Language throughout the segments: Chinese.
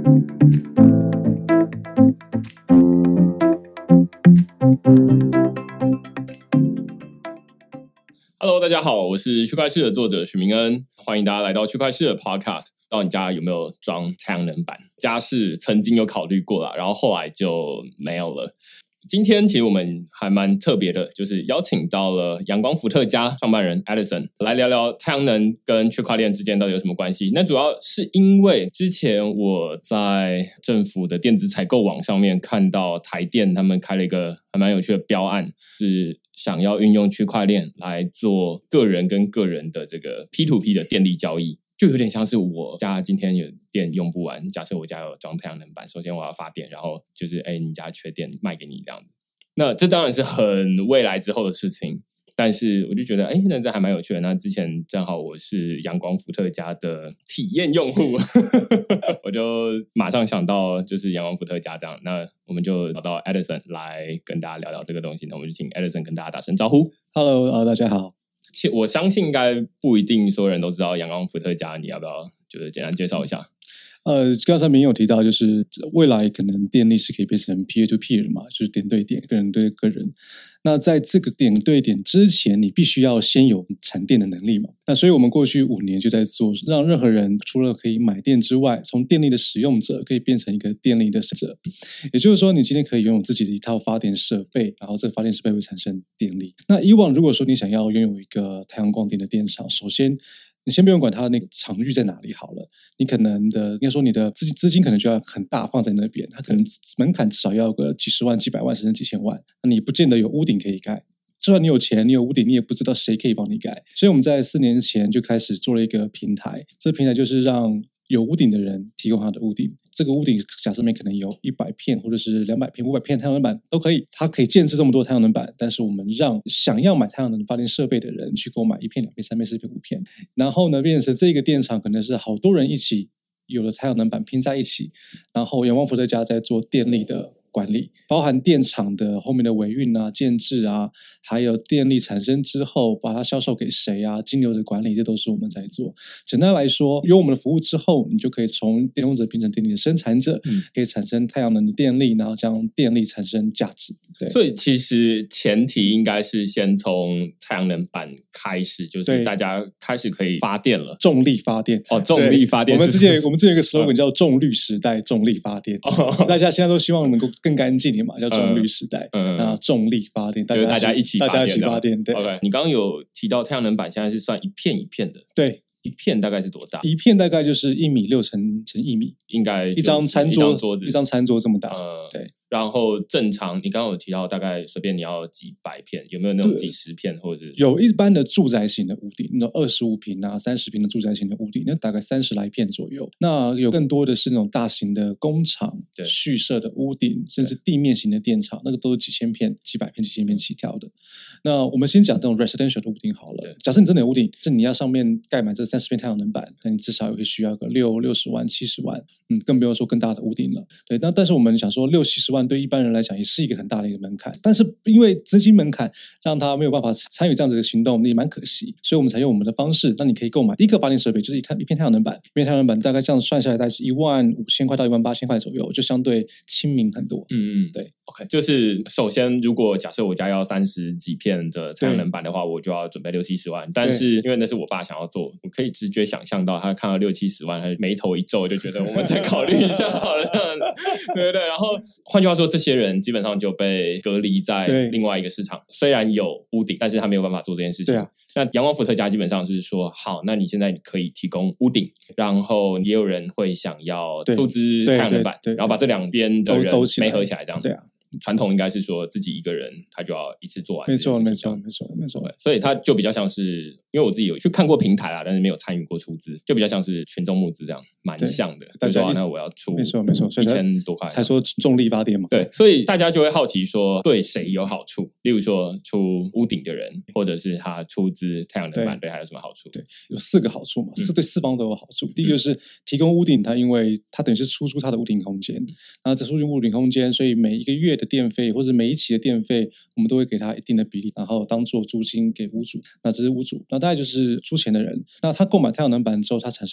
Hello， 大家好，我是区块市的作者许明恩，欢迎大家来到区块市的 Podcast。不知道你家有没有装太阳能板？家是曾经有考虑过啦，然后后来就没有了。今天其实我们还蛮特别的，就是邀请到了阳光伏特家创办人 Edison 来聊聊太阳能跟区块链之间到底有什么关系。那主要是因为之前我在政府的电子采购网上面看到台电他们开了一个还蛮有趣的标案，是想要运用区块链来做个人跟个人的这个 P2P 的电力交易。就有点像是我家今天有电用不完，假设我家有装太阳能板，首先我要发电，然后就是你家缺电卖给你这样子。那这当然是很未来之后的事情，但是我就觉得那这还蛮有趣的。那之前正好我是阳光伏特家的体验用户我就马上想到就是阳光伏特家这样，那我们就找到 Edison 来跟大家聊聊这个东西。那我们就请 Edison 跟大家打声招呼。 Hello， 大家好。 其实我相信应该不一定所有人都知道阳光伏特家，你要不要就是简单介绍一下？ 刚才明有提到，就是未来可能电力是可以变成 peer to peer 的嘛，就是点对点，个人对个人。那在这个点对点之前，你必须要先有产电的能力嘛。那所以我们过去5年就在做，让任何人除了可以买电之外，从电力的使用者可以变成一个电力的使用者。也就是说，你今天可以拥有自己的一套发电设备，然后这个发电设备会产生电力。那以往如果说你想要拥有一个太阳光电的电厂，首先你先不用管它的那个场域在哪里好了，你可能应该说你的资金可能就要很大放在那边，它可能门槛至少要个几十万、几百万甚至几千万，那你不见得有屋顶可以盖。就算你有钱，你有屋顶，你也不知道谁可以帮你盖。所以我们在4年前就开始做了一个平台，这个平台就是让有屋顶的人提供他的屋顶。这个屋顶假设里面可能有100片或者是200片、500片太阳能板都可以，它可以建置这么多太阳能板，但是我们让想要买太阳能发电设备的人去购买1片、2片、3片、4片、5片，然后呢变成这个电厂可能是好多人一起有了太阳能板拼在一起，然后阳光伏特家在做电力的管理，包含电厂的后面的维运啊、建制啊，还有电力产生之后把它销售给谁啊、金流的管理，这都是我们在做。简单来说，有我们的服务之后，你就可以从电用者变成电力的生产者，可以产生太阳能的电力，然后将电力产生价值。对， 所以其实前提应该是先从太阳能板开始，就是大家开始可以发电了， 重力发电。 重力发电。 我们之前有一个 slogan 叫重绿时代重力发电，大家现在都希望能够更干净嘛，叫重绿时代。那重力发电， 就是大家一起发电。对。 Okay. 你刚刚有提到太阳能板现在是算一片一片的， 对， 一片大概是多大？ 一片大概就是1.6米乘1米， 应该一张餐桌这么大。对。 然后正常，你刚刚有提到大概随便你要几百片，有没有那种几十片或者是？ 有一般的住宅型的屋顶，那25平啊、30平的住宅型的屋顶，那大概30来片左右。那有更多的是那种大型的工厂蓄设的屋顶，甚至地面型的电厂，那个都是几千片、几百片、几千片起跳的。那我们先讲这种 residential 的屋顶好了。假设你真的有屋顶，是你要上面盖满这30片太阳能板，那你至少也会需要个60万、70万，更不用说更大的屋顶了。对，但是我们想说60-70万。对一般人来讲也是一个很大的一个门槛，但是因为资金门槛让他没有办法参与这样子的行动，也蛮可惜，所以我们才用我们的方式，让你可以购买第一个发电设备，就是一片太阳能板，一片太阳能板大概这样算下来大概是15000块到18000块左右，就相对亲民很多。对 OK， 就是首先如果假设我家要30几片的太阳能板的话，我就要准备60-70万，但是因为那是我爸想要做，我可以直觉想象到他看到60-70万，他眉头一皱，就觉得我们再考虑一下好了对，然后换句话说，这些人基本上就被隔离在另外一个市场，虽然有屋顶，但是他没有办法做这件事情。那阳光伏特家基本上是说，好，那你现在可以提供屋顶，然后也有人会想要出资太阳能板，然后把这两边的人媒合起来，这样子。对啊。传统应该是说自己一个人他就要一次做完， 没错。 所以他就比较像是，因为我自己有去看过平台啦，但是没有参与过出资，就比较像是群众募资这样，蛮像的。大家那我要出， 没错，所以 1000多块才说重力发电嘛。 对，所以大家就会好奇说，对谁有好处？例如说出屋顶的人，或者是他出资太阳能板，对他有什么好处？ 对，有4个好处嘛，对4方都有好处。第一个是提供屋顶，它因为它等于是出租它的屋顶空间，那这出租屋顶空间，所以每一个月的电费或者每一期的电费，我们都会给他一定的比例，然后当做租金给屋主。那这是屋主，那大概就是出钱的人。那他购买太阳能板之后，他产生的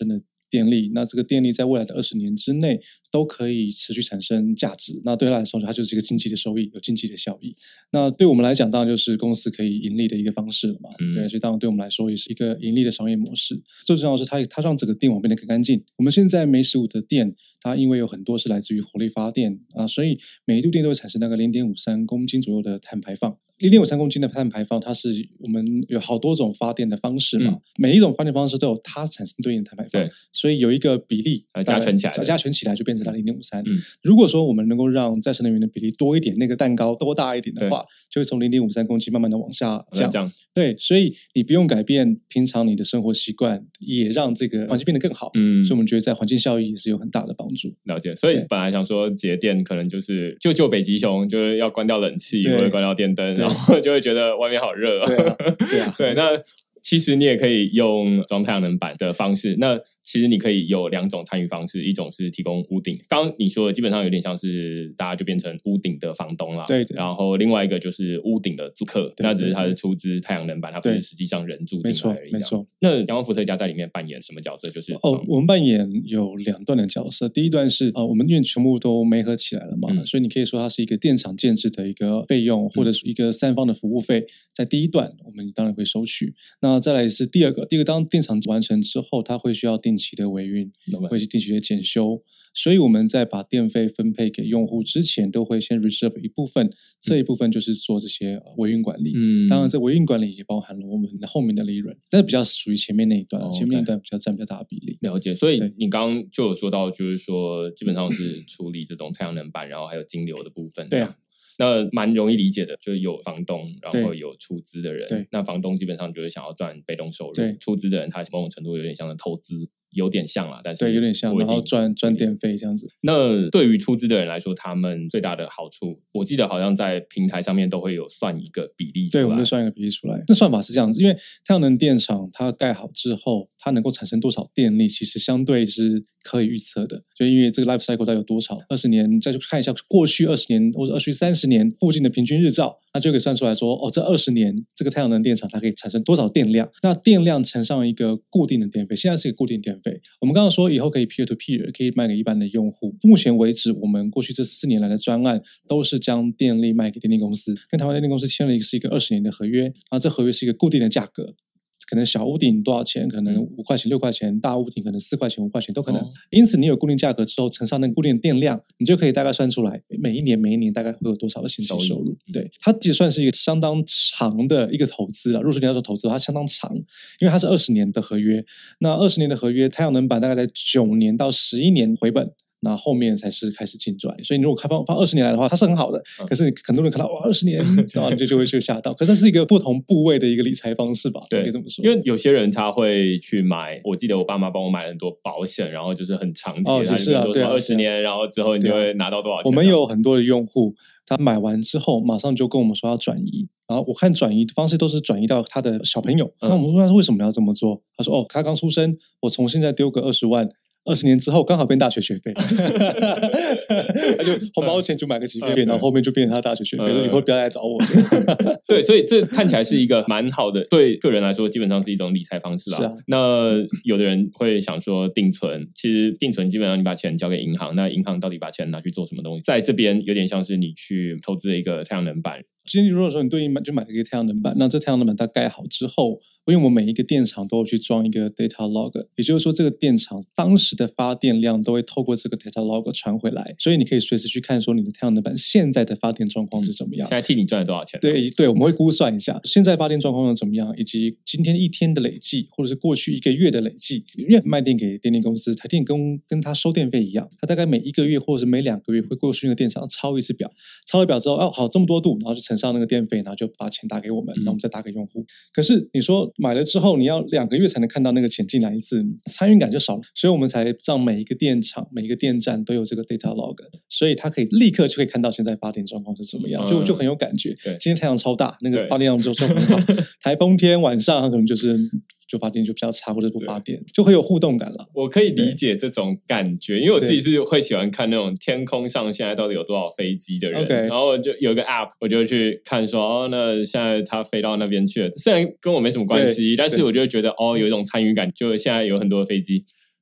电力，那这个电力在未来的20年之内都可以持续产生价值，那对他来说它就是一个经济的收益，有经济的效益。那对我们来讲当然就是公司可以盈利的一个方式了嘛，对，所以当然对我们来说也是一个盈利的商业模式。最重要的是它让整个电网变得更干净。我们现在每15的电它因为有很多是来自于火力发电所以每一度电都会产生大概 0.53 公斤左右的碳排放。0.53公斤的碳排放，它是我们有好多种发电的方式嘛，每一种发电方式都有它产生对应的碳排放，所以有一个比例加权起来就变成了 0.53。如果说我们能够让再生能源的比例多一点，那个蛋糕多大一点的话，就会从 0.53 公斤慢慢的往下降。对，所以你不用改变平常你的生活习惯，也让这个环境变得更好。所以我们觉得在环境效益也是有很大的帮助。 了解。所以本来想说节电可能就是救北极熊，就是要关掉冷气或者关掉电灯，然后就会觉得外面好热。对，那其实你也可以用装太阳能板的方式，那其实你可以有2种参与方式，一种是提供屋顶，刚刚你说的基本上有点像是大家就变成屋顶的房东啦， 对， 然后另外一个就是屋顶的租客，那只是他是出资太阳能板，他不是实际上人住进来而已。 没错。 那阳光伏特家在里面扮演什么角色？就是我们扮演有2段的角色，第一段是我们因为全部都媒合起来了嘛，所以你可以说它是一个电厂建制的一个费用，或者是一个3方的服务费，在第一段我们当然会收取。那再来是第二个当电厂完成之后，它会需要定期的维运，会定期的检修，所以我们在把电费分配给用户之前，都会先 reserve 一部分，这一部分就是做这些维运管理。当然这维运管理也包含了我们的后面的利润，但是比较属于前面那一段，前面那一段占比较大的比例。 了解。所以你刚刚就有说到，就是说基本上是处理这种太阳能板，然后还有金流的部分。 对啊。 那蛮容易理解的，就是有房东，然后有出资的人。那房东基本上就是想要赚被动收入，出资的人他某种程度有点像投资，有点像啦，但是对，有点像，然后赚电费这样子。 那对于出资的人来说，他们最大的好处，我记得好像在平台上面都会有算一个比例出来。 对，我们就算一个比例出来。那算法是这样子，因为太阳能电厂它盖好之后，它能够产生多少电力，其实相对是可以预测的。就因为这个 life cycle 它有多少，20年再去看一下过去20年或者过去30年附近的平均日照，那就可以算出来说，这20年这个太阳能电厂它可以产生多少电量。那电量乘上一个固定的电费，现在是一个固定电费。我们刚刚说以后可以 peer to peer， 可以卖给一般的用户。目前为止，我们过去这4年来的专案都是将电力卖给电力公司，跟台湾电力公司签了一个20年的合约，然后这合约是一个固定的价格。可能小屋顶多少钱？可能5块钱、6块钱；大屋顶可能4块钱、5块钱都可能。因此，你有固定价格之后，乘上那个固定的电量，你就可以大概算出来每一年大概会有多少的现金收入。对，它也算是一个相当长的一个投资了。如果说你要说投资，它相当长，因为它是20年的合约。那20年的合约，太阳能板大概在9年到11年回本。那后面才是开始进赚，所以你如果放20年来的话，它是很好的。可是很多人看到20年，然后你就会吓到。可是这是一个不同部位的一个理财方式吧？对，可以这么说。 因为有些人他会去买，我记得我爸妈帮我买了很多保险，然后就是很长期， 就是啊，对 ，20年，然后之后你就会拿到多少钱。 我们有很多的用户，他买完之后马上就跟我们说要转移。然后我看转移的方式都是转移到他的小朋友。那我们说他为什么要这么做？他说他刚出生，我从现在丢个20万。20年之后刚好变大学学费，他就红包钱就买个几个月，然后后面就变成他大学学费，以后不要来找我。 对，所以这看起来是一个蛮好的，对个人来说基本上是一种理财方式啦。 是啊。 那有的人会想说定存，其实定存基本上你把钱交给银行，那银行到底把钱拿去做什么东西？在这边有点像是你去投资了一个太阳能板。 今天如果说你对应就买了一个太阳能板，那这太阳能板它盖好之后，因为我们每一个电厂都有去装一个 data log， 也就是说这个电厂当时的发电量都会透过这个 data log 传回来，所以你可以随时去看说你的太阳能板现在的发电状况是怎么样， 现在替你赚了多少钱。 对，我们会估算一下现在发电状况是怎么样，以及今天一天的累计，或者是过去1个月的累计。因为卖电给电力公司，台电跟他收电费一样，他大概每1个月或者是每2个月会过去那个电厂抄一次表，抄了表之后好这么多度，然后就乘上那个电费，然后就把钱打给我们，然后我们再打给用户。可是你说买了之后你要2个月才能看到那个钱进来一次，参与感就少了，所以我们才让每一个电厂每一个电站都有这个 data log， 所以它可以立刻就可以看到现在发电状况是怎么样，就很有感觉。今天太阳超大，那个发电量就很好。台风天晚上可能就发电就比较差，或者不发电，就会有互动感了。 我可以理解这种感觉，因为我自己是会喜欢看那种天空上现在到底有多少飞机的人，然后就有一个 app， 我就去看说那现在它飞到那边去了，虽然跟我没什么关系，但是我就会觉得有一种参与感，就现在有很多飞机。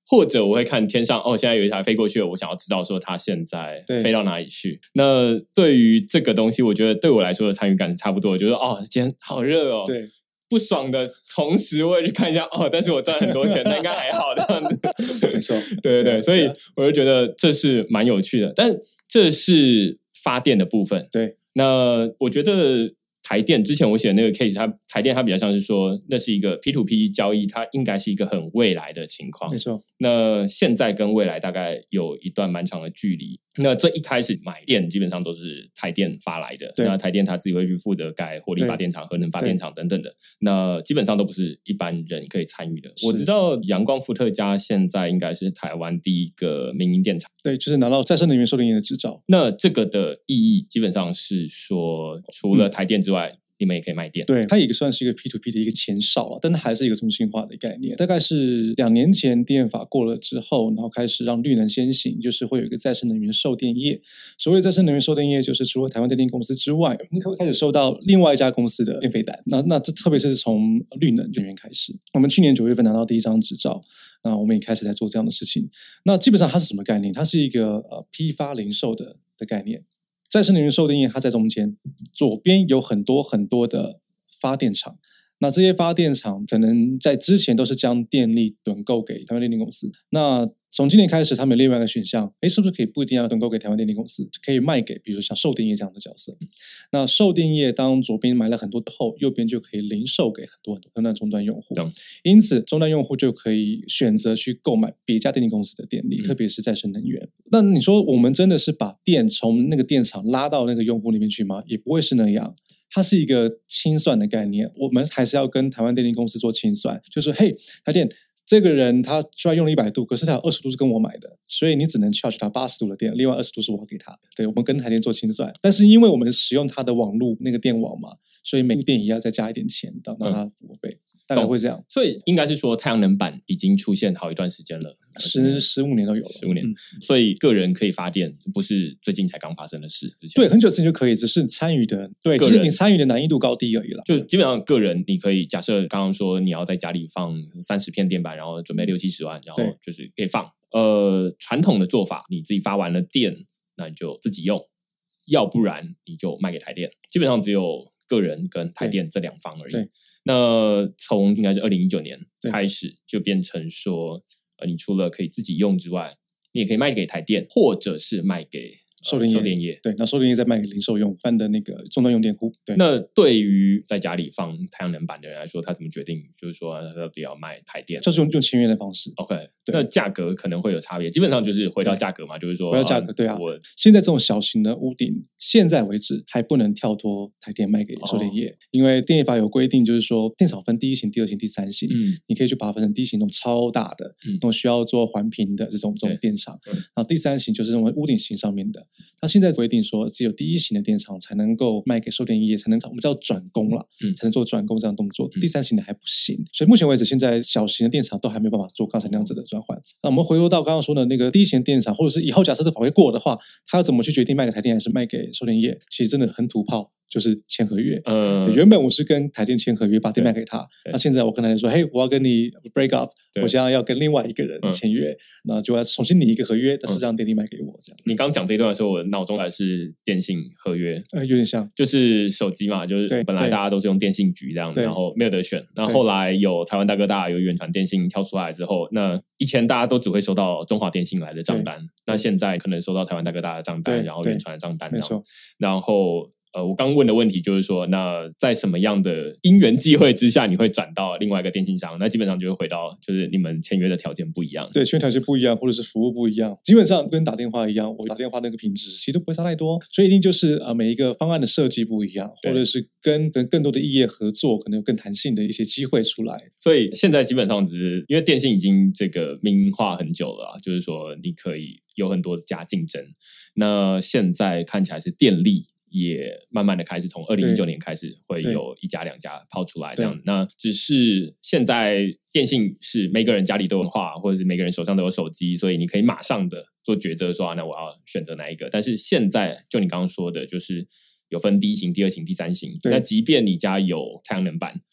或者我会看天上现在有一台飞过去了，我想要知道说它现在飞到哪里去。那对于这个东西，我觉得对我来说的参与感是差不多的，就是今天好热哦， 对， 不爽的同时我也去看一下但是我赚很多钱，那应该还好这样子。 没错， 对对对，所以我就觉得这是蛮有趣的，但这是发电的部分。 对， 那我觉得台电之前我写的那个 case， 台电它比较像是说那是一个 P2P 交易，它应该是一个很未来的情况。 没错。 那现在跟未来大概有一段蛮长的距离。那最一开始买电基本上都是台电发来的，那台电它自己会去负责盖火力发电厂、核能发电厂等等的，那基本上都不是一般人可以参与的。我知道阳光伏特加现在应该是台湾第一个民营电厂， 对，就是拿到再生能源售电业的执照。 那这个的意义基本上是说，除了台电之外，你们也可以卖电。 对，它也算是一个 P2P 的一个前哨啊，但它还是一个中心化的概念。大概是2年前电法过了之后，然后开始让绿能先行，就是会有一个再生能源售电业。所谓再生能源售电业，就是除了台湾电力公司之外，你可以开始收到另外一家公司的电费单。那这特别是从绿能人员开始，我们去年9月份拿到第一张执照，那我们也开始在做这样的事情。那基本上它是什么概念？它是一个批发零售的概念。再生能源售电业它在中间，左边有很多很多的发电厂，那这些发电厂可能在之前都是将电力趸购给台湾电力公司，那从今年开始他们有另外一个选项，是不是可以不一定要趸购给台湾电力公司，可以卖给比如说像售电业这样的角色。那售电业当左边买了很多后，右边就可以零售给很多的终端用户，因此终端用户就可以选择去购买别家电力公司的电力，特别是再生能源。那你说我们真的是把电从那个电厂拉到那个用户里面去吗？也不会是那样，它是一个清算的概念，我们还是要跟台湾电力公司做清算，就是嘿，台电这个人他虽然用了100度，可是他有20度是跟我买的，所以你只能 charge 他80度的电，另外20度是我要给他。对，我们跟台电做清算，但是因为我们使用他的网路那个电网嘛，所以每度电也要再加一点钱到他服务费。大概会这样， 所以应该是说太阳能板已经出现好一段时间了 ，15年都有了 ，15年。所以个人可以发电，不是最近才刚发生的事。之前对，很久之前就可以，只是参与的对，就是你参与的难易度高低而已了。 就基本上个人你可以假设刚刚说你要在家里放30片电板，然后准备60-70万，然后就是可以放。传统的做法，你自己发完了电，那你就自己用，要不然你就卖给台电。基本上只有个人跟台电这2方而已。那从应该是2019年开始，就变成说，你除了可以自己用之外，你也可以卖给台电，或者是卖给售电业。 对，那售电业再卖给零售用办的那个终端用电户。对， 那对于在家里放太阳能板的人来说，他怎么决定？就是说他到底要卖台电， 就是用签约的方式。 OK， 那价格可能会有差别。基本上就是回到价格嘛，就是说回到价格。对啊，我现在这种小型的屋顶，现在为止还不能跳脱台电卖给售电业，因为电业法有规定，就是说电厂分第1型、第2型、第3型，你可以去把它分成第1型那种超大的，那种需要做环评的这种电厂，然后第3型就是这种屋顶型上面的。它现在规定说，只有第1型的电厂才能够卖给售电业，才能我们叫转供啦，才能做转供这样的动作。第3型的还不行，所以目前为止，现在小型的电厂都还没有办法做刚才那样子的转换。那我们回头到刚刚说的那个第1型电厂，或者是以后假设这法规过的话，它要怎么去决定卖给台电还是卖给售电业？其实真的很土炮。就是签合约，原本我是跟台电签合约，把电卖给他。那现在我跟台电说，嘿，我要跟你 break up， 我现在要跟另外一个人签约，那就要重新拟一个合约，但是让电力卖给我这样。 你刚讲这一段的时候，我脑中还是电信合约， 有点像， 就是手机嘛，就是本来大家都是用电信局这样，然后没有得选，然后后来有台湾大哥大有远传电信跳出来之后，那以前大家都只会收到中华电信来的账单，那现在可能收到台湾大哥大的账单，然后远传的账单， 没错， 然后。我刚问的问题就是说，那在什么样的因缘际会之下，你会转到另外一个电信商？那基本上就会回到，就是你们签约的条件不一样。 对，签约条件不一样，或者是服务不一样，基本上跟打电话一样，我打电话那个品质其实都不会差太多，所以一定就是每一个方案的设计不一样，或者是跟更多的异业合作，可能有更弹性的一些机会出来。 所以现在基本上只是因为电信已经这个民营化很久了，就是说你可以有很多家竞争。那现在看起来是电力。也慢慢的开始从2019年开始会有1家2家抛出来这样，那只是现在电信是每个人家里都有话，或者是每个人手上都有手机，所以你可以马上的做抉择说，那我要选择哪一个。但是现在就你刚刚说的，就是有分第1型、第2型、第3型，那即便你家有太阳能板，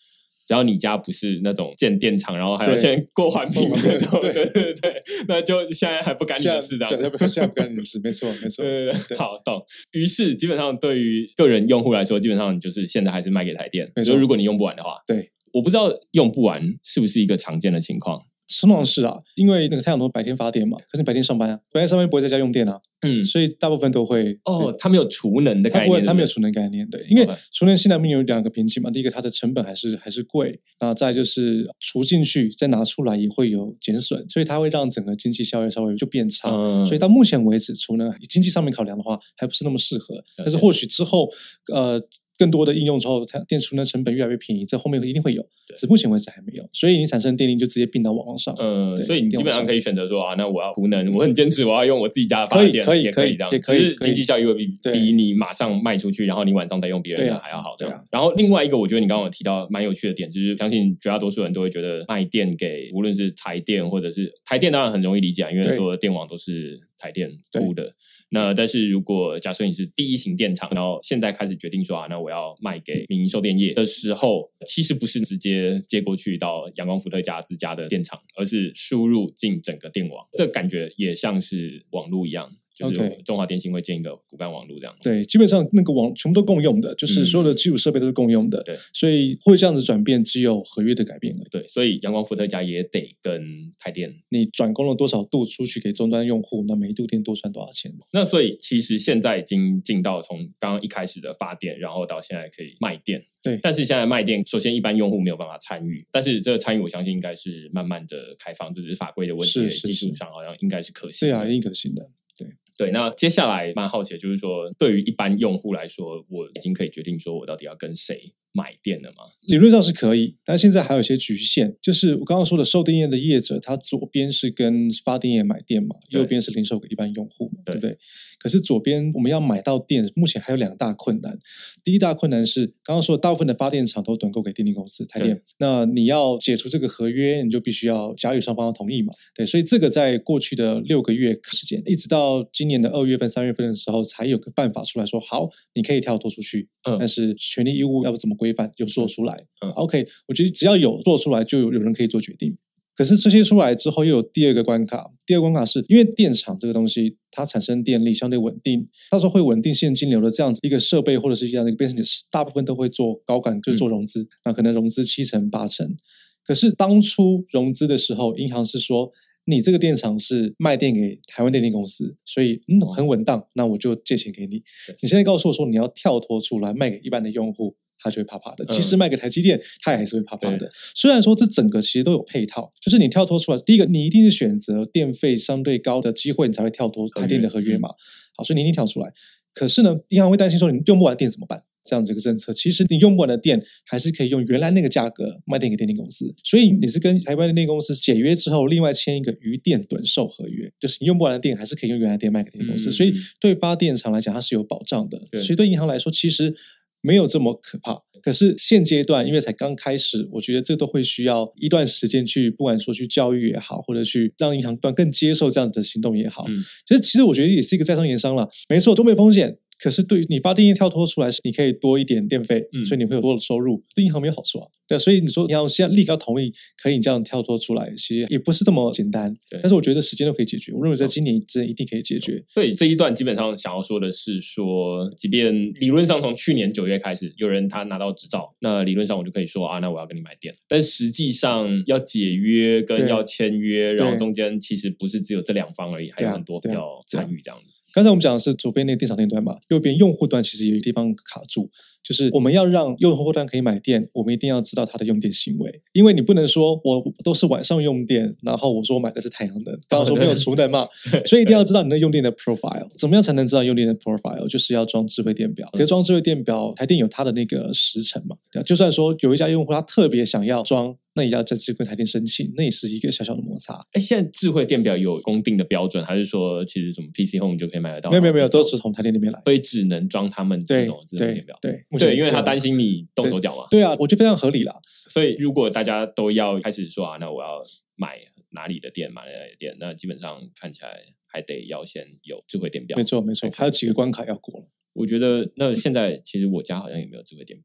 只要你家不是那种建电厂，然后还要先过环评的那种，对，那就现在还不干你的事这样子。 对，现在不干你的事，没错。 对，好，懂。于是基本上对于个人用户来说，基本上就是现在还是卖给台电，就如果你用不完的话。 对， 我不知道用不完是不是一个常见的情况。 通常是啊，因为那个太阳能白天发电嘛，可是你白天上班啊，白天上班不会在家用电啊，所以大部分都会它没有储能的概念， 它没有储能概念，对，因为储能现在有2个瓶颈嘛，第一个它的成本还是贵，那再就是储进去再拿出来也会有减损，所以它会让整个经济效益稍微就变差，所以到目前为止储能以经济上面考量的话还不是那么适合，但是或许之后更多的应用之后，电储能成本越来越便宜，这后面一定会有，只目前为止还没有，所以你产生的电力就直接并到网络上。 所以你基本上可以选择说啊，那我要储能，我很坚持我要用我自己家的发电，也可以这样，只是经济效益会比你马上卖出去，然后你晚上再用别人的还要好这样。然后另外一个，我觉得你刚刚有提到蛮有趣的点，就是相信绝大多数人都会觉得卖电给无论是台电或者是台电，当然很容易理解，因为所有的电网都是台电铺的。那但是如果假设你是第一型电厂，然后现在开始决定说啊，那我要卖给民营售电业的时候，其实不是直接接过去到阳光伏特家自家的电厂，而是输入进整个电网，这感觉也像是网络一样。就是中华电信会建一个骨干网络这样。 对，基本上那个网全部都共用的，就是所有的基础设备都是共用的。 对， 所以会这样子转变，只有合约的改变而已。 对，所以阳光伏特家也得跟台电， 你转供了多少度出去给终端用户，那每一度电多赚多少钱？ 那所以其实现在已经进到从刚刚一开始的发电，然后到现在可以卖电。 对， 但是现在卖电，首先一般用户没有办法参与，但是这个参与我相信应该是慢慢的开放，这只是法规的问题，技术上好像应该是可行的。 对啊，一定可行的。 对，那接下来蛮好奇的就是说，对于一般用户来说，我已经可以决定说我到底要跟谁买电了吗？ 理论上是可以，但现在还有一些局限，就是我刚刚说的售电业的业者，他左边是跟发电业买电嘛，右边是零售给一般用户嘛， 对不对？可是左边我们要买到电，目前还有2个大困难。第一大困难是刚刚说的大部分的发电厂都短购给电力公司台电，那你要解除这个合约，你就必须要甲乙双方同意嘛，对，所以这个在过去的6个月时间，一直到今年的2月份、3月份的时候，才有个办法出来说，好，你可以跳脱出去，但是权利义务要怎么规范，有说出来。OK， 我觉得只要有做出来，就有人可以做决定。可是这些出来之后，又有第2个关卡。第2个关卡是因为电厂这个东西，它产生电力相对稳定，到时候会稳定现金流的这样子一个设备，或者是这样的一个变成大部分都会做高管，就是做融资，那可能融资7成8成。可是当初融资的时候，银行是说，你这个电厂是卖电给台湾电力公司，所以很稳当，那我就借钱给你。你现在告诉我说你要跳脱出来卖给一般的用户，他就会怕怕的。其实卖给台积电，他也还是会怕怕的。虽然说这整个其实都有配套，就是你跳脱出来，第一个你一定是选择电费相对高的机会，你才会跳脱台电的合约嘛。好，所以你一定跳出来。可是呢，银行会担心说你用不完电怎么办？这样子一个政策，其实你用不完的电还是可以用原来那个价格卖电给电力公司，所以你是跟台湾的电力公司解约之后，另外签一个余电趸售合约，就是你用不完的电还是可以用原来的电卖给电力公司，所以对发电厂来讲它是有保障的，所以对银行来说其实没有这么可怕。可是现阶段因为才刚开始，我觉得这都会需要一段时间去，不管说去教育也好，或者去让银行端更接受这样的行动也好，其实我觉得也是一个在商言商了，没错，都没风险。可是对于你发电业跳脱出来，你可以多一点电费，所以你会有多的收入，对银行没有好处啊。对，所以你说你要现在立刻同意，可以这样跳脱出来，其实也不是这么简单。但是我觉得时间都可以解决，我认为在今年之内一定可以解决。 所以这一段基本上想要说的是说，即便理论上从去年9月开始，有人他拿到执照，那理论上我就可以说啊，那我要跟你买电。但实际上要解约跟要签约，然后中间其实不是只有这2方而已，还有很多比较参与这样子。 刚才我们讲的是左边那个电厂电端嘛，右边用户端其实有一个地方卡住，就是我们要让用户端可以买电，我们一定要知道他的用电行为，因为你不能说我都是晚上用电，然后我说我买的是太阳能，刚刚说没有储能嘛，所以一定要知道你的用电的 profile。怎么样才能知道用电的 profile？ 就是要装智慧电表。可是装智慧电表，台电有它的那个时程嘛，对啊，就算说有一家用户他特别想要装，那也要再去跟台电申请，那也是一个小小的摩擦。 现在智慧电表有公定的标准，还是说其实什么 PC Home 就可以买得到？ 没有，都是从台电那边来， 所以只能装他们这种智慧电表。 对， 因为他担心你动手脚嘛。 对啊，我觉得非常合理啦。 所以如果大家都要开始说啊，那我要买哪里的电，买哪里的电，那基本上看起来还得要先有智慧电表。 没错，还有几个关卡要过了。 我觉得那现在其实我家好像也没有智慧电表。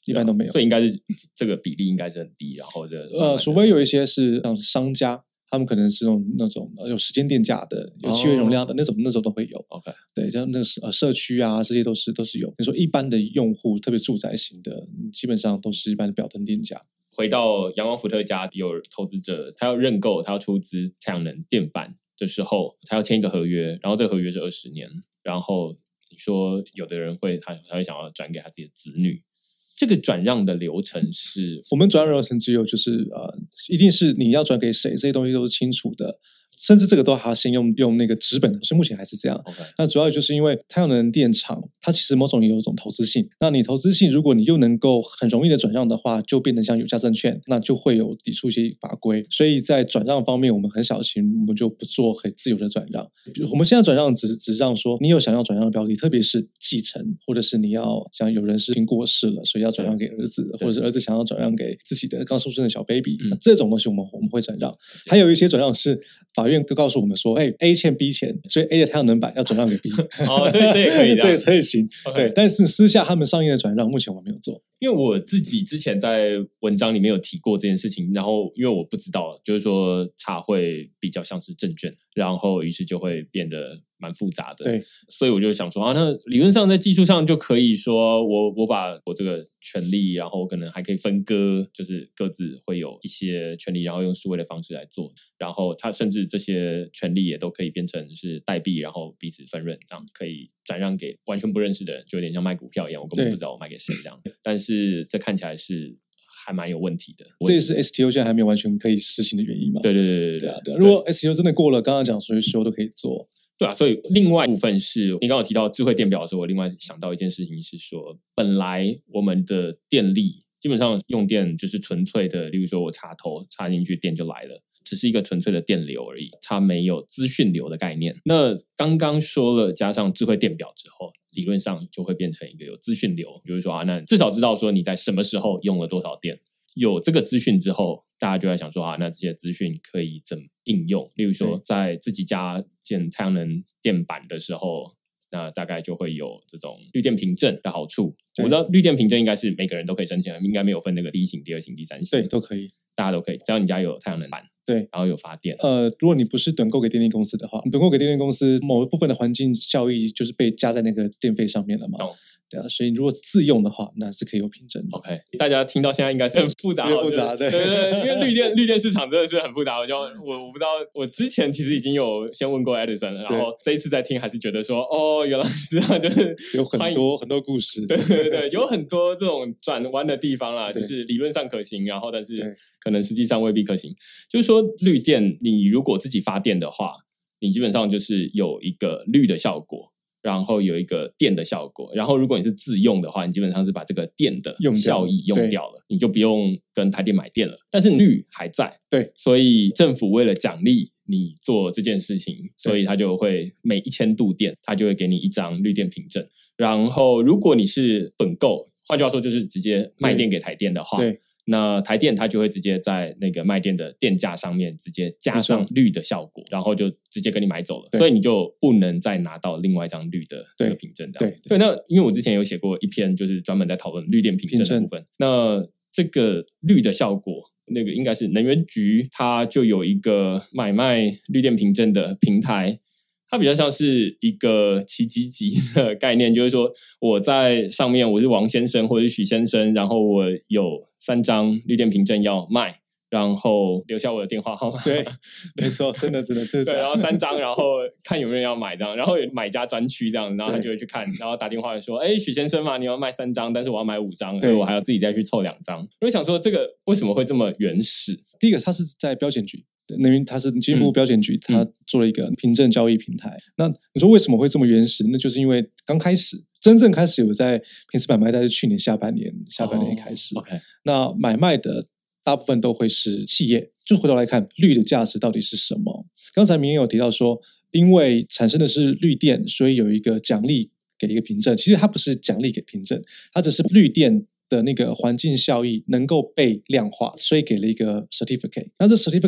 一般都没有。 所以应该是这个比例应该是很低，然后除非有一些是像商家，他们可能是那种有时间电价的、有契约容量的那种都会有。 OK， 对，像那个社区啊，这些都是有。你说一般的用户，特别住宅型的，基本上都是一般的表灯电价。 回到阳光伏特家，有投资者他要认购，他要出资太阳能电板的时候，他要签一个合约，然后这个合约是20年，然后你说有的人他会想要转给他自己的子女。这个转让的流程是， 我们转让流程只有就是一定是你要转给谁，这些东西都是清楚的，甚至这个都还要先用那个纸本的，所以目前还是这样。 Okay. 那主要就是因为太阳能电厂，它其实某种也有一种投资性。那你投资性，如果你又能够很容易的转让的话，就变得像有价证券，那就会有抵触一些法规。所以在转让方面，我们很小心，我们就不做很自由的转让。我们现在转让只让说你有想要转让的标的，特别是继承，或者是你要像有人是已经过世了，所以要转让给儿子，或者是儿子想要转让给自己的刚出生的小 baby，那这种东西我们会转让。还有一些转让是法院告诉我们说，A 欠 B 钱，所以 A 的太阳能板要转让给 B。 这也可以， 这也行。对，但是私下他们商业的转让，目前我没有做。 因为我自己之前在文章里面有提过这件事情，然后因为我不知道，就是说茶会比较像是证券，然后于是就会变得蛮复杂的。 对， 所以我就想说那理论上在技术上就可以说我把我这个权利，然后可能还可以分割，就是各自会有一些权利，然后用数位的方式来做，然后它甚至这些权利也都可以变成是代币，然后彼此分润，这样可以转让给完全不认识的人，就有点像卖股票一样，我根本不知道我卖给谁这样。但是这看起来是还蛮有问题的， 这也是 STO 现在还没有完全可以实行的原因嘛？ 对。 如果 STO 真的过了，刚刚讲所有都可以做。 对啊，所以另外一部分是你刚刚有提到智慧电表的时候，我另外想到一件事情是说，本来我们的电力基本上用电就是纯粹的，例如说我插头插进去电就来了，只是一个纯粹的电流而已，它没有资讯流的概念。那刚刚说了加上智慧电表之后，理论上就会变成一个有资讯流，就是说那至少知道说你在什么时候用了多少电。有这个资讯之后，大家就在想说那这些资讯可以怎么应用？例如说，在自己家建太阳能电板的时候，那大概就会有这种绿电凭证的好处。我知道绿电凭证应该是每个人都可以申请的，应该没有分那个第一型、第二型、第三型， 对，都可以， 大家都可以，只要你家有太阳能板， 对， 然后有发电。 如果你不是趸购给电力公司的话，趸购给电力公司某一部分的环境效益就是被加在那个电费上面了嘛。对啊，所以如果自用的话，那是可以有凭证的。 OK， 大家听到现在应该是很复杂， 很复杂，对， 因为绿电市场真的是很复杂。我不知道，我之前其实已经有先问过 Edison 了，然后这一次再听还是觉得说，原来是这样，就是有很多故事， 对，有很多这种转弯的地方啦，就是理论上可行，然后但是可能实际上未必可行。就是说，绿电你如果自己发电的话，你基本上就是有一个绿的效果。然后有一个电的效果，然后如果你是自用的话，你基本上是把这个电的效益用掉了，你就不用跟台电买电了。但是绿还在， 对， 所以政府为了奖励你做这件事情，所以他就会每1000度电，他就会给你一张绿电凭证。然后如果你是趸购，换句话说就是直接卖电给台电的话， 对。 那台电它就会直接在那个卖电的电价上面直接加上绿的效果，然后就直接给你买走了，所以你就不能再拿到另外一张绿的这个凭证。对，那因为我之前有写过一篇，就是专门在讨论绿电凭证的部分。那这个绿的效果，那个应该是能源局，它就有一个买卖绿电凭证的平台。它比较像是一个奇迹级的概念，就是说我在上面我是王先生或者是许先生，然后我有3张绿电凭证要卖，然后留下我的电话号码。 对，没错，真的，这是对，然后3张，然后看有没有人要买这样，然后有买家专区这样，然后他就会去看，然后打电话说，许先生嘛，你要卖3张，但是我要买5张，所以我还要自己再去凑2张。我就想说，这个为什么会这么原始？ 第一个，它是在标检局。它是经济部标检局，它做了一个凭证交易平台。那你说为什么会这么原始？那就是因为刚开始真正开始有在平时买卖，是去年下半年开始。 OK， 那买卖的大部分都会是企业。就回头来看，绿的价值到底是什么？刚才明有提到说，因为产生的是绿电，所以有一个奖励给一个凭证。其实它不是奖励给凭证，它只是绿电的那个环境效益能够被量化，所以给了一个 certificate。那这 certificate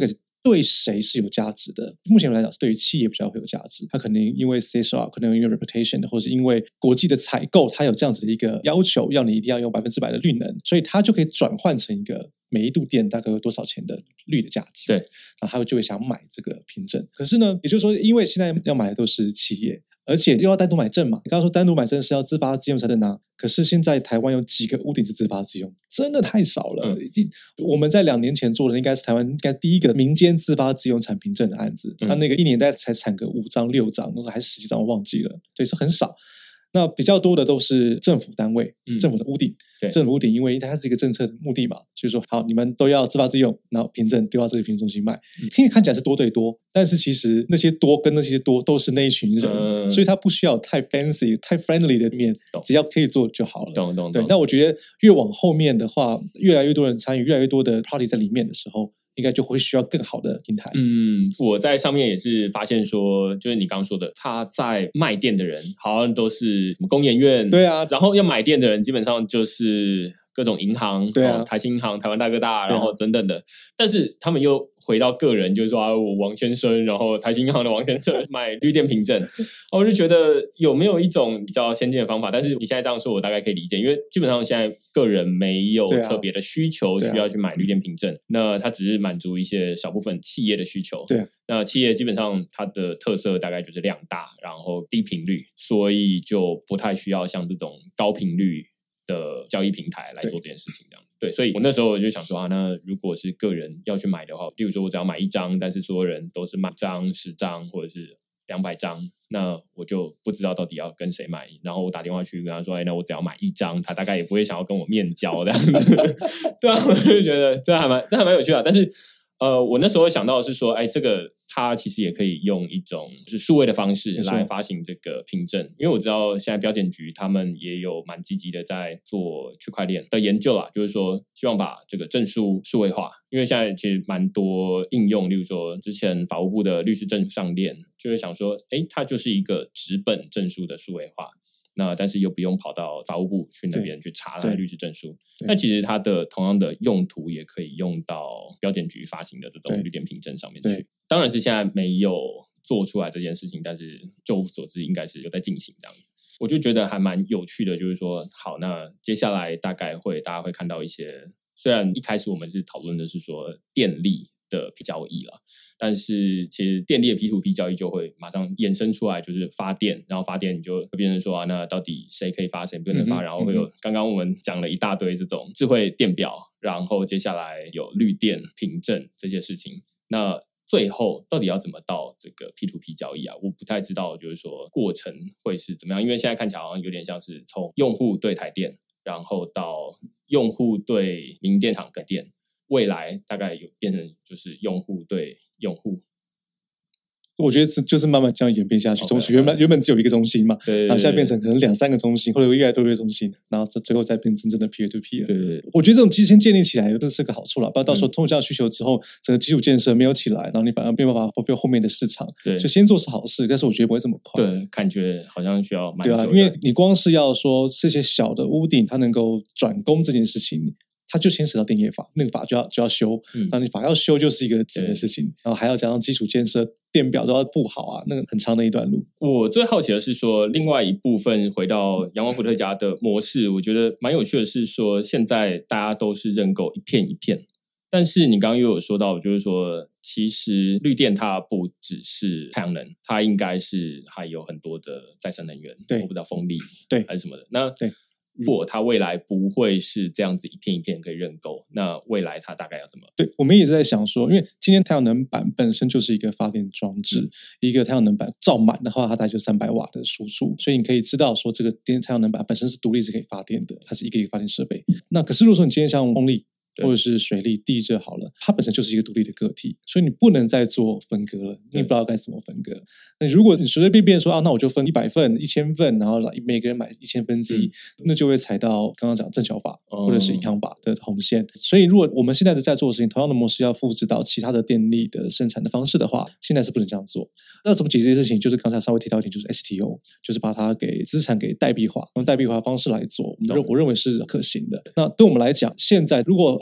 对谁是有价值的？目前来讲是对于企业比较会有价值，它可能因为 CSR， 可能因为 reputation， 或是因为国际的采购，它有这样子的一个要求，要你一定要用100%的绿能，所以它就可以转换成一个每一度电大概有多少钱的绿的价值。 对， 然后他就会想买这个凭证。可是呢，也就是说，因为现在要买的都是企业，而且又要单独买证嘛。你刚刚说单独买证是要自发自用才能拿，可是现在台湾有几个屋顶是自发自用，真的太少了。我们在2年前做的应该是台湾应该第一个民间自发自用产凭证的案子，那个1年大概才产个5张6张，还是10几张我忘记了，对，是很少。那比较多的都是政府单位，政府的屋顶，政府屋顶，因为它是一个政策的目的嘛，所以说好，你们都要自发自用，然后凭证丢到这个凭证中心卖。看起来是多对多，但是其实那些多跟那些多都是那一群人，所以它不需要太 fancy、太 friendly 的面，只要可以做就好了。 懂。 对，那我觉得越往后面的话，越来越多人参与，越来越多的 party 在里面的时候，应该就会需要更好的平台。 我在上面也是发现说，就是你刚刚说的，他在卖店的人好像都是什么工研院， 对啊， 然后要买店的人基本上就是各种银行， 对啊， 台新银行、台湾大哥大，然后等等的，但是他们又回到个人，就是说我王先生，然后台新银行的王先生买绿电凭证，我就觉得有没有一种比较先进的方法？但是你现在这样说，我大概可以理解，因为基本上现在个人没有特别的需求需要去买绿电凭证，那它只是满足一些少部分企业的需求。 对， 那企业基本上它的特色大概就是量大，然后低频率，所以就不太需要像这种高频率的交易平台来做这件事情，这样对，所以我那时候就想说那如果是个人要去买的话，例如说我只要买1张，但是所有人都是买1张、10张或者是200张，那我就不知道到底要跟谁买，然后我打电话去跟他说，那我只要买1张，他大概也不会想要跟我面交这样子。对啊，我就觉得这还蛮有趣的，但是我那时候想到的是说，这个它其实也可以用一种就是数位的方式来发行这个凭证，因为我知道现在标检局他们也有蛮积极的在做区块链的研究啦，就是说希望把这个证书数位化，因为现在其实蛮多应用，例如说之前法务部的律师证上链，就会想说，它就是一个纸本证书的数位化。那但是又不用跑到法务部去那边去查他的律师证书，那其实它的同样的用途也可以用到标检局发行的这种绿电凭证上面去。当然是现在没有做出来这件事情，但是就我所知应该是有在进行这样。我就觉得还蛮有趣的，就是说好，那接下来大家会看到一些，虽然一开始我们是讨论的是说电力的交易了，但是其实电力的 P2P 交易就会马上衍生出来，就是发电，然后发电你就会变成说那到底谁可以发，谁不能发，然后会有刚刚我们讲了一大堆这种智慧电表，然后接下来有绿电凭证这些事情，那最后到底要怎么到这个 P2P 交易啊？我不太知道，就是说过程会是怎么样，因为现在看起来好像有点像是从用户对台电，然后到用户对民电厂跟电，未来大概有变成就是用户对用户。 我觉得就是慢慢这样演变下去，中心原本只有一个中心嘛，然后现在变成可能2-3个中心，或者越来越多的中心，然后最后再变真正的 peer to peer。 对， 我觉得这种机制先建立起来，这是个好处了。不然到时候通过这样的需求之后，整个基础建设没有起来，然后你反而没有办法fulfill后面的市场。对，所以先做是好事，但是我觉得不会这么快。 对，感觉好像需要蛮久的。 对啊，因为你光是要说这些小的屋顶它能够转工这件事情，它就牵扯到电业法，那个法就要修，那你法要修就是一个几件事情，然后还要加上基础建设，电表都要布好啊，那个很长的一段路。 我最好奇的是说，另外一部分回到阳光伏特加的模式，我觉得蛮有趣的是说，现在大家都是认购一片一片，但是你刚刚又有说到，就是说其实绿电它不只是太阳能，它应该是还有很多的再生能源， 对， 我不知道风力对还是什么的。那对， 如果它未来不会是这样子一片一片可以认购，那未来它大概要怎么？ 对，我们也是在想说，因为今天太阳能板本身就是一个发电装置，一个太阳能板照满的话，它大概就300瓦的输出，所以你可以知道说这个太阳能板本身是独立是可以发电的，它是一个发电设备。那可是如果说你今天像风力或者是水力、地热好了，它本身就是一个独立的个体，所以你不能再做分割了，你也不知道该怎么分割。那如果你随随便说那我就分100份、1000份，然后每个人买1000分之一，那就会踩到刚刚讲正巧法或者是银行法的红线。所以如果我们现在在做的事情，同样的模式要复制到其他的电力的生产的方式的话，现在是不能这样做。那怎么解决这些事情？就是刚才稍微提到一点，就是 STO， 就是把它给资产给代币化，用代币化的方式来做，我认为是可行的。那对我们来讲，现在如果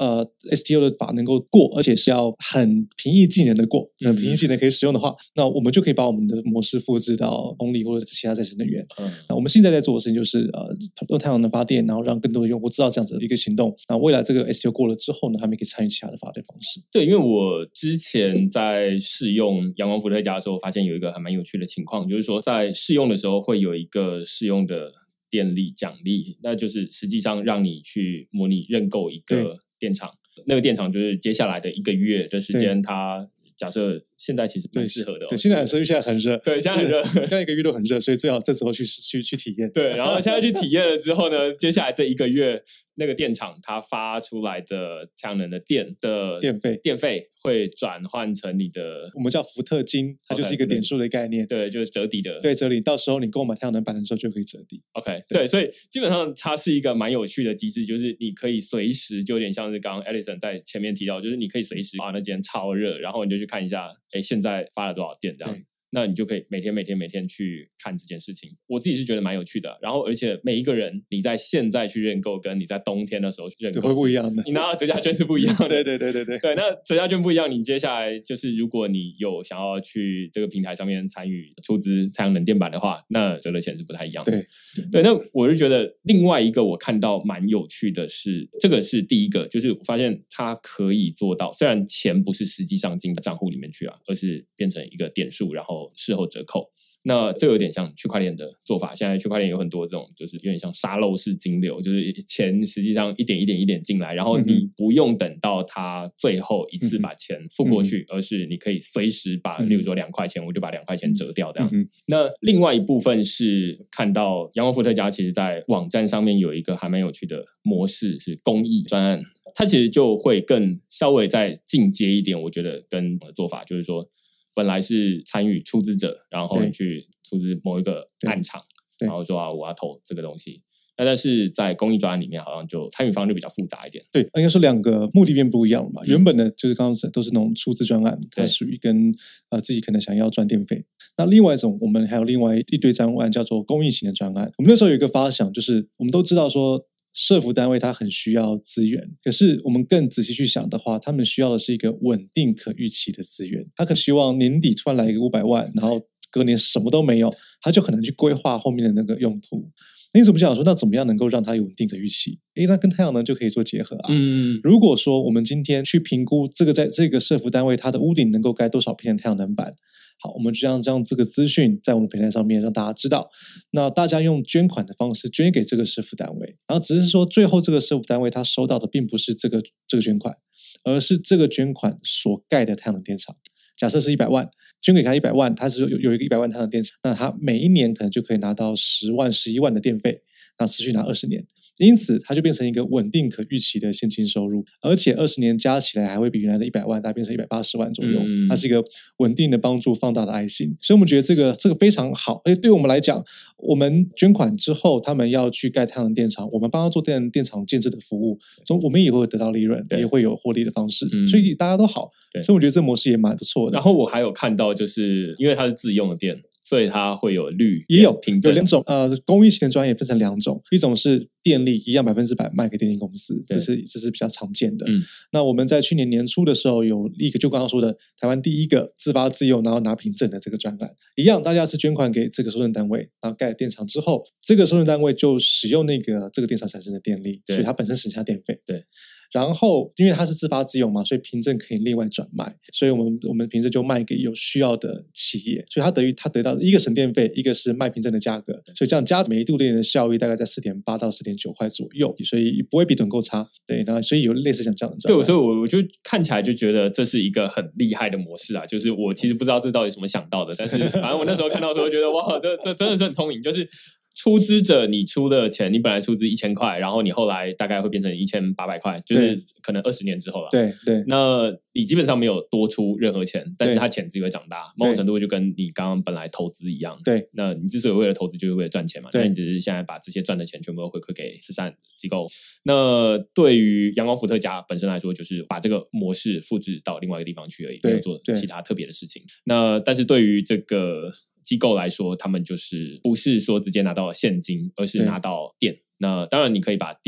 STO 的法能够过，而且是要很平易近人的过，平易近人可以使用的话，那我们就可以把我们的模式复制到风力或者其他再生能源。那我们现在在做的事情就是用太阳能发电，然后让更多的用户知道这样子的一个行动。那未来这个 STO 过了之后呢，他们可以参与其他的发电方式。 对，因为我之前在试用阳光伏特加的时候，发现有一个还蛮有趣的情况，就是说在试用的时候会有一个试用的电力奖励，那就是实际上让你去模拟认购一个电厂，那个电厂就是接下来的1个月的时间，它假设现在其实蛮适合的。 对，现在很适合，现在很热。 对，现在很热， 现在1个月都很热，所以最好这时候去体验。 对，然后现在去体验了之后呢，接下来这1个月，那个电厂它发出来的太阳能的电费会转换成你的， 我们叫伏特金，它就是一个点数的概念。 对，就是折抵的。 对，折抵，到时候你购买太阳能板的时候就可以折抵。 OK， 对，所以基本上它是一个蛮有趣的机制，就是你可以随时，就有点像是刚刚 Allison 在前面提到，就是你可以随时那今天超热，然后你就去看一下，现在发了多少电这样。那你就可以每天去看这件事情，我自己是觉得蛮有趣的。然后而且每一个人你在现在去认购，跟你在冬天的时候去认购会不一样的， 你拿到折价券是不一样的。 对， 那折价券不一样，你接下来就是如果你有想要去这个平台上面参与出资太阳能电板的话，那折的钱是不太一样的。对，那我就觉得另外一个我看到蛮有趣的是，这个是第一个，就是我发现它可以做到，虽然钱不是实际上进账户里面去而是变成一个点数，然后事后折扣。那这有点像区块链的做法，现在区块链有很多这种就是有点像沙漏式金流，就是钱实际上一点进来，然后你不用等到它最后一次把钱付过去，而是你可以随时把例如说2块钱，我就把2块钱折掉这样子。那另外一部分是看到阳光伏特加其实在网站上面有一个还蛮有趣的模式，是公益专案，它其实就会更稍微再进阶一点，我觉得跟做法就是说本来是参与出资者，然后你去出资某一个案场，然后说我要投这个东西。那但是在公益专案里面，好像就参与方就比较复杂一点。 对，应该说2个目的变不一样嘛。原本的就是刚刚都是那种出资专案，它属于跟自己可能想要赚电费。那另外一种，我们还有另外一堆专案叫做公益型的专案。我们那时候有一个发想，就是我们都知道说社福单位它很需要资源，可是我们更仔细去想的话，他们需要的是一个稳定可预期的资源。他可能希望年底突然来一个500万，然后隔年什么都没有，他就很难去规划后面的那个用途。因此我们想说，那怎么样能够让它有稳定可预期？那跟太阳能就可以做结合啊。如果说我们今天去评估在这个社福单位它的屋顶能够盖多少片太阳能板，好，我们就让这个资讯在我们平台上面让大家知道，那大家用捐款的方式捐给这个社福单位，然后只是说最后这个社福单位他收到的并不是这个捐款，而是这个捐款所盖的太阳能电厂。假设是100万，捐给他100万，他是有一个100万太阳能电厂，那他每一年可能就可以拿到10万、11万的电费，那持续拿20年。因此它就变成一个稳定可预期的现金收入，而且20年加起来还会比原来的100万大概变成180万左右。它是一个稳定的帮助放大的爱心，所以我们觉得这个非常好。而且对我们来讲，我们捐款之后他们要去盖太阳能电厂，我们帮他做电厂建设的服务，我们也会得到利润，也会有获利的方式，所以大家都好。所以我觉得这模式也蛮不错的。 然后我还有看到，就是因为它是自用的电，所以它会有绿也有凭证。 有2种公益型的专业分成2种，一种是电力一样100%卖给电力公司，这是比较常见的。那我们在去年年初的时候有一个就刚刚说的台湾第一个自发自用然后拿凭证的这个专案，一样大家是捐款给这个收证单位，然后盖了电厂之后，这个收证单位就使用这个电厂产生的电力，所以它本身省下电费。 对。 然后因为它是自发自用嘛，所以凭证可以另外转卖，所以我们凭证就卖给有需要的企业，所以它得到一个省电费，一个是卖凭证的价格，所以这样加每一度电的效益大概在4.8到4.9块左右，所以不会比趸购差。对，那所以有类似像这样的状态。 对，所以我就看起来就觉得这是一个很厉害的模式啊，就是我其实不知道这到底怎么想到的，但是反正我那时候看到的时候觉得哇，这真的是很聪明，就是出资者你出的钱，你本来出资1000块，然后你后来大概会变成1800块，就是可能20年之后了。 对， 那你基本上没有多出任何钱，但是它钱自己会长大，某种程度就跟你刚刚本来投资一样。 对， 那你之所以为了投资，就是为了赚钱嘛。那你只是现在把这些赚的钱全部都回馈给慈善机构。那对于阳光伏特加本身来说，就是把这个模式复制到另外一个地方去而已，没有做其他特别的事情。那但是对于这个机构来说，他们就是不是说直接拿到现金，而是拿到电。那当然你可以把电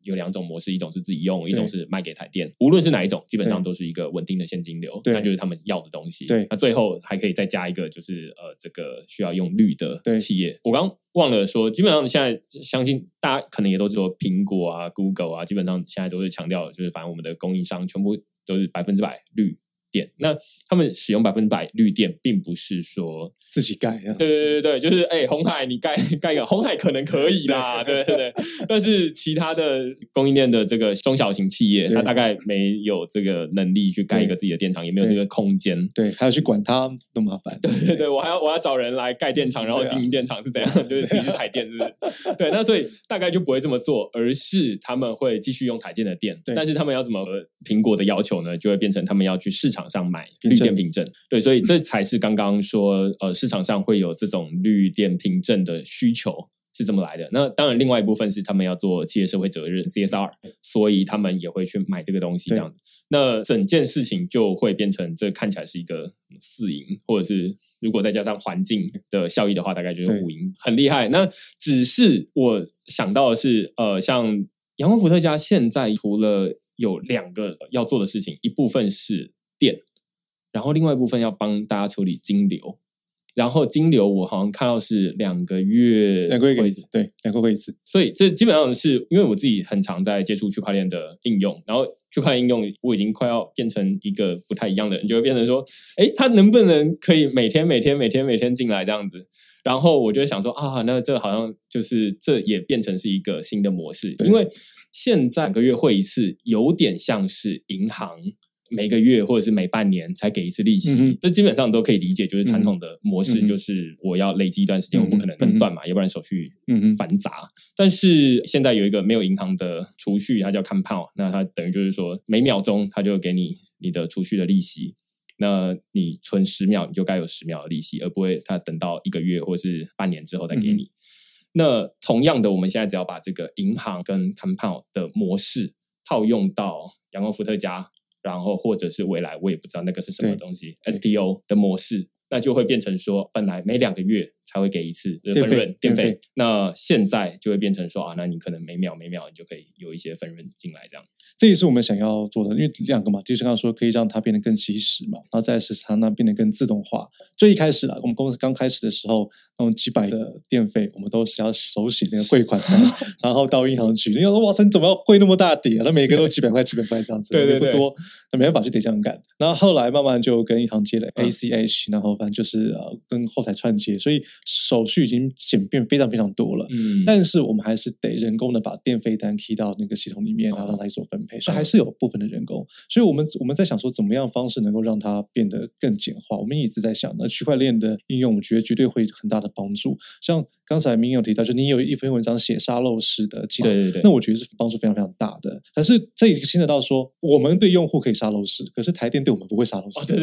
有2种模式，一种是自己用，一种是卖给台电。无论是哪一种，基本上都是一个稳定的现金流，那就是他们要的东西。 对， 那最后还可以再加一个，就是这个需要用绿的企业。我刚忘了说，基本上现在相信大家可能也都知道，苹果啊、Google 啊，基本上现在都是强调，就是反正我们的供应商全部都是100%绿电。那他们使用100%绿电，并不是说自己盖啊。 对，就是鸿海你盖个鸿海可能可以啦，对。但是其他的供应链的这个中小型企业，它大概没有这个能力去盖一个自己的电厂，也没有这个空间。 对，还要去管它，那么麻烦。 对，我要找人来盖电厂，然后经营电厂是怎样？就是自己是台电，是不是？对，那所以大概就不会这么做，而是他们会继续用台电的电，但是他们要怎么苹果的要求呢？就会变成他们要去市场上买绿电凭证。对，所以这才是刚刚说市场上会有这种绿电凭证的需求是这么来的。那当然另外一部分是他们要做企业社会责任 CSR， 所以他们也会去买这个东西这样子。那整件事情就会变成这看起来是一个4赢，或者是如果再加上环境的效益的话，大概就是5赢，很厉害。那只是我想到的是像阳光伏特加现在除了有2个要做的事情，一部分是电，然后另外一部分要帮大家处理金流。然后金流我好像看到是2个月会一次，对，2个会一次。 所以这基本上是因为我自己很常在接触区块链的应用，然后区块链应用我已经快要变成一个不太一样的人，就会变成说，它能不能可以每天进来这样子？然后我就会想说那这好像就是这也变成是一个新的模式，因为现在2个月汇一次，有点像是银行每个月或者是每半年才给一次利息，这基本上都可以理解，就是传统的模式，就是我要累积一段时间，我不可能分段嘛，要不然手续繁杂。但是现在有一个没有银行的储蓄，它叫 compound， 那它等于就是说每秒钟它就给你的储蓄的利息，那你存10秒，你就该有10秒的利息，而不会它等到1个月或是半年之后再给你。那同样的，我们现在只要把这个银行跟 compound 的模式套用到阳光伏特加，然后或者是未来我也不知道那个是什么东西 STO 的模式，那就会变成说本来每2个月才会给一次分润电费，那现在就会变成说那你可能每秒你就可以有一些分润进来这样。 这也是我们想要做的，因为2个嘛，就是刚刚说可以让它变得更及时嘛，然后再是它变得更自动化。最一开始我们公司刚开始的时候，那种几百的电费，我们都是要手写那个汇款单，然后到银行去。你要说哇塞，你怎么要汇那么大叠那每个都几百块这样子，对，不多，那没办法就得这样干。然后后来慢慢就跟银行接了 ACH，然后反正就是跟后台串接，所以手续已经简便非常非常多了。但是我们还是得人工的把电费单 key 到那个系统里面，然后让它做分配，所以还是有部分的人工。所以我们在想说怎么样方式能够让它变得更简化。我们一直在想，那区块链的应用，我觉得绝对会有很大的帮助。像刚才明有提到，就你有一篇文章写沙漏式的技能，对，那我觉得是帮助非常非常大的。但是这也牵扯到说，我们对用户可以沙漏式，可是台电对我们不会沙漏式，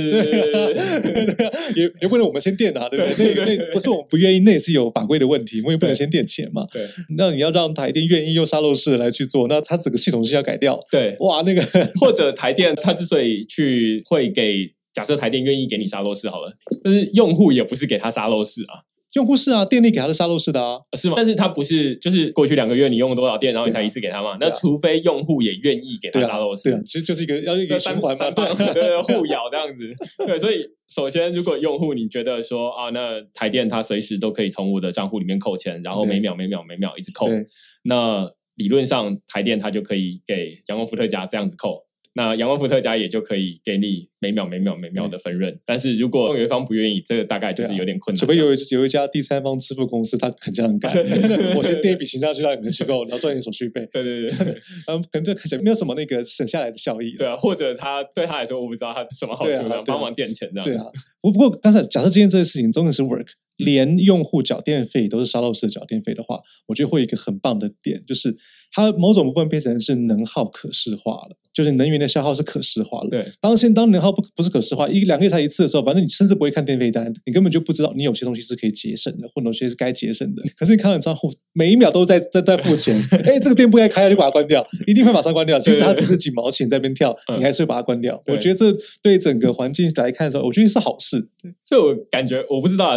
也不能我们先垫啊，对不对？那不是我们不愿意，那也是有法规的问题，我们也不能先垫钱嘛。对，那你要让台电愿意用沙漏式来去做，那它整个系统是要改掉。对，哇，那个或者台电它之所以会给，假设台电愿意给你沙漏式好了，但是用户也不是给他沙漏式啊。 用户是电力给他的沙漏式的是吗？但是他不是，就是过去2个月你用了多少电，然后你才一次给他嘛？那除非用户也愿意给他沙漏式， 就是一个循环嘛， 对，互咬这样子。对，所以首先，如果用户你觉得说那台电它随时都可以从我的账户里面扣钱，然后每秒一直扣，那理论上台电它就可以给阳光伏特加这样子扣。那阳光伏特加也就可以给你每秒的分润，但是如果有一方不愿意，这个大概就是有点困难。 除非有一家第三方支付公司，他肯这样干，我先垫一笔钱上去让你们去购，然后赚点手续费。 对， 可能这看起来没有什么那个省下来的效益。 对啊，或者他对他来说，我不知道他什么好处，帮忙垫钱这样。 对啊，不过刚才假设今天这个事情真的是 work， 连用户缴电费都是沙漏式的缴电费的话，我觉得会有一个很棒的点，就是它某种部分变成是能耗可视化了。就是能源的消耗是可视化了。对，当能耗不是可视化，1-2个月才一次的时候，反正你甚至不会看电费单，你根本就不知道你有些东西是可以节省的，或者有些是该节省的。可是你看到账户每一秒都在付钱，这个店不该开就把它关掉，一定会马上关掉。其实它只是几毛钱在那边跳，你还是会把它关掉。我觉得这对整个环境来看的时候，我觉得是好事。 所以我感觉我不知道这感觉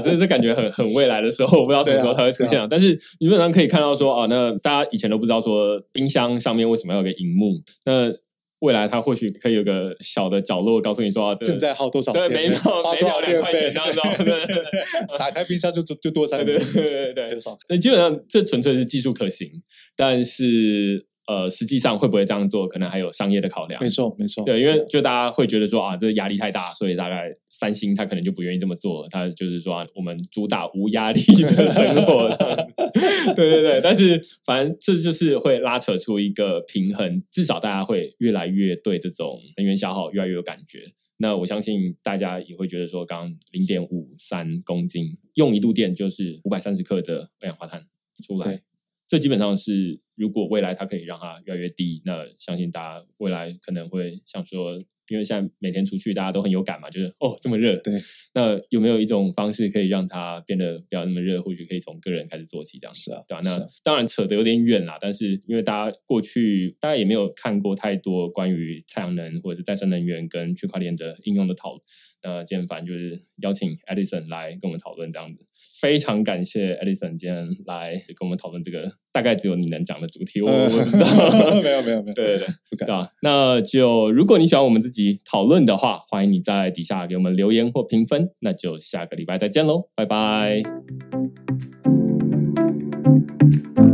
觉很未来的时候，我不知道什么时候它会出现但是你基本上可以看到说那大家以前都不知道说冰箱上面为什么要有个萤幕，那未来它或许可以有个小的角落告诉你说正在耗多少电， 对，每秒2块钱当中， 打开冰箱就多3 对，那基本上这纯粹是技术可行，但是实际上会不会这样做，可能还有商业的考量。 没错， 对，因为就大家会觉得说这个压力太大，所以大概三星他可能就不愿意这么做，他就是说我们主打无压力的生活。对，但是反正这就是会拉扯出一个平衡，至少大家会越来越对这种能源消耗越来越有感觉。那我相信大家也会觉得说，刚刚0.53公斤用1度电就是530克的二氧化碳出来，这基本上是如果未来它可以让它越来越低，那相信大家未来可能会想说，因为现在每天出去大家都很有感嘛，就是这么热， 对， 那有没有一种方式可以让它变得不要那么热，或许可以从个人开始做起这样子， 是啊， 对吧？那当然扯得有点远啦，但是因为大家过去大家也没有看过太多关于太阳能或者是再生能源跟区块链的应用的讨论，那今天反正就是邀请 Edison 来跟我们讨论这样子，非常感谢 Edison 今天来跟我们讨论这个大概只有你能讲的主题，我不知道。 没有， 对， 不敢。 对啊，那就如果你喜欢我们自己讨论的话，欢迎你在底下给我们留言或评分，那就下个礼拜再见喽，拜拜。